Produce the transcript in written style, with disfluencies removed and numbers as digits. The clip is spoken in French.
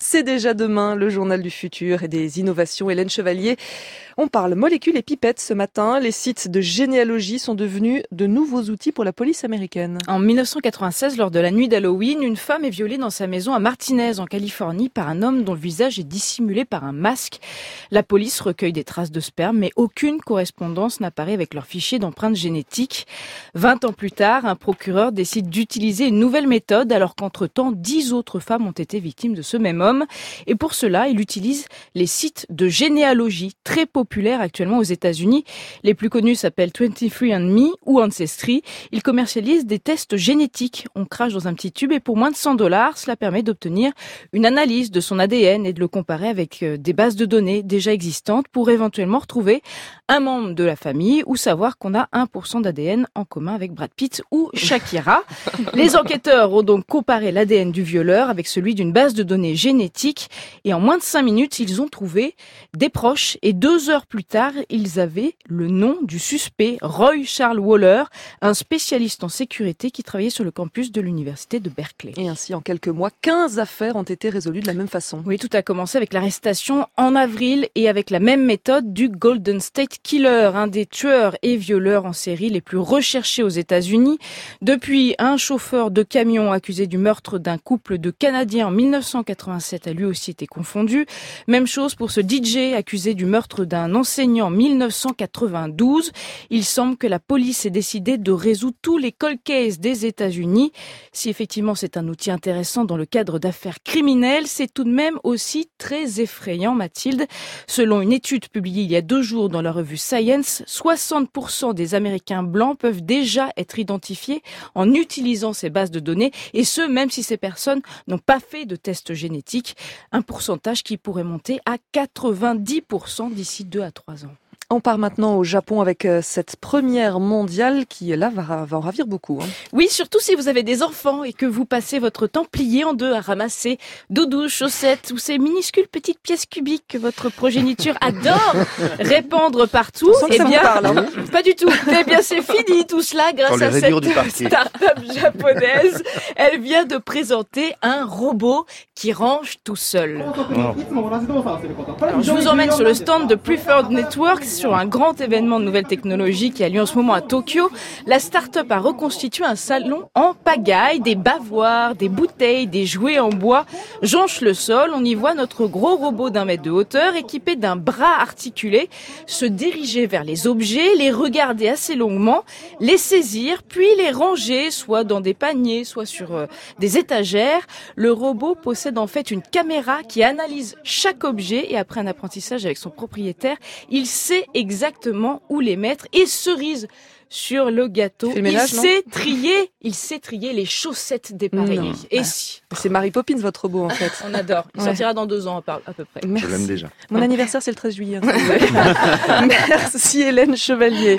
c'est déjà demain, le journal du futur et des innovations. Hélène Chevalier, on parle molécules et pipettes ce matin. Les sites de généalogie sont devenus de nouveaux outils pour la police américaine. En 1996, lors de la nuit d'Halloween, une femme est violée dans sa maison à Martinez, en Californie, par un homme dont le visage est dissimulé par un masque. La police recueille des traces de sperme, mais aucune correspondance n'apparaît avec leur fichier d'empreintes génétiques. 20 ans plus tard, un procureur décide d'utiliser une nouvelle méthode, alors qu'entre-temps, 10 autres femmes ont été victimes de ce même homme. Et pour cela, il utilise les sites de généalogie, très populaires actuellement aux États-Unis. Les plus connus s'appellent 23andMe ou Ancestry. Ils commercialisent des tests génétiques. On crache dans un petit tube et pour moins de $100, cela permet d'obtenir une analyse de son ADN et de le comparer avec des bases de données déjà existantes pour éventuellement retrouver un membre de la famille ou savoir qu'on a 1% d'ADN en commun avec Brad Pitt ou Shakira. Les enquêteurs ont donc comparé l'ADN du violeur avec celui d'une base de données génétique et en moins de 5 minutes, ils ont trouvé des proches et 2 heures plus tard, ils avaient le nom du suspect, Roy Charles Waller, un spécialiste en sécurité qui travaillait sur le campus de l'université de Berkeley. Et ainsi, en quelques mois, 15 affaires ont été résolues de la même façon. Oui, tout a commencé avec l'arrestation en avril et avec la même méthode du Golden State Killer, un des tueurs et violeurs en série les plus recherchés aux États-Unis. Depuis, un chauffeur de camion accusé du meurtre d'un couple de Canadiens en 1987 a lui aussi été confondu. Même chose pour ce DJ accusé du meurtre d'un enseignant en 1992. Il semble que la police ait décidé de résoudre tous les cold cases des États-Unis. Si effectivement c'est un outil intéressant dans le cadre d'affaires criminelles, c'est tout de même aussi très effrayant, Mathilde. Selon une étude publiée il y a 2 jours dans la revue Science, 60% des Américains blancs peuvent déjà être identifiés en utilisant ces bases de données, et ce, même si ces personnes n'ont pas fait de test génétique, un pourcentage qui pourrait monter à 90% d'ici 2 à 3 ans. On part maintenant au Japon avec cette première mondiale qui, là, va en ravir beaucoup. Oui, surtout si vous avez des enfants et que vous passez votre temps plié en deux à ramasser doudous, chaussettes ou ces minuscules petites pièces cubiques que votre progéniture adore répandre partout. Eh bien, pas du tout. Eh bien, c'est fini tout cela grâce à cette start-up japonaise. Elle vient de présenter un robot qui range tout seul. Alors, je vous emmène sur le stand de Preferred Networks, sur un grand événement de nouvelles technologies qui a lieu en ce moment à Tokyo. La start-up a reconstitué un salon en pagaille, des bavoirs, des bouteilles, des jouets en bois jonchent le sol. On y voit notre gros robot d'1 mètre de hauteur, équipé d'un bras articulé, se diriger vers les objets, les regarder assez longuement, les saisir, puis les ranger, soit dans des paniers, soit sur des étagères. Le robot possède en fait une caméra qui analyse chaque objet et après un apprentissage avec son propriétaire, il sait exactement où les mettre. Et cerise sur le gâteau, il sait trier les chaussettes dépareillées. Et si c'est Mary Poppins, votre robot, en fait. On adore. Il sortira dans 2 ans, à peu près. Merci. Je l'aime déjà. Mon anniversaire, c'est le 13 juillet. Merci Hélène Chevalier.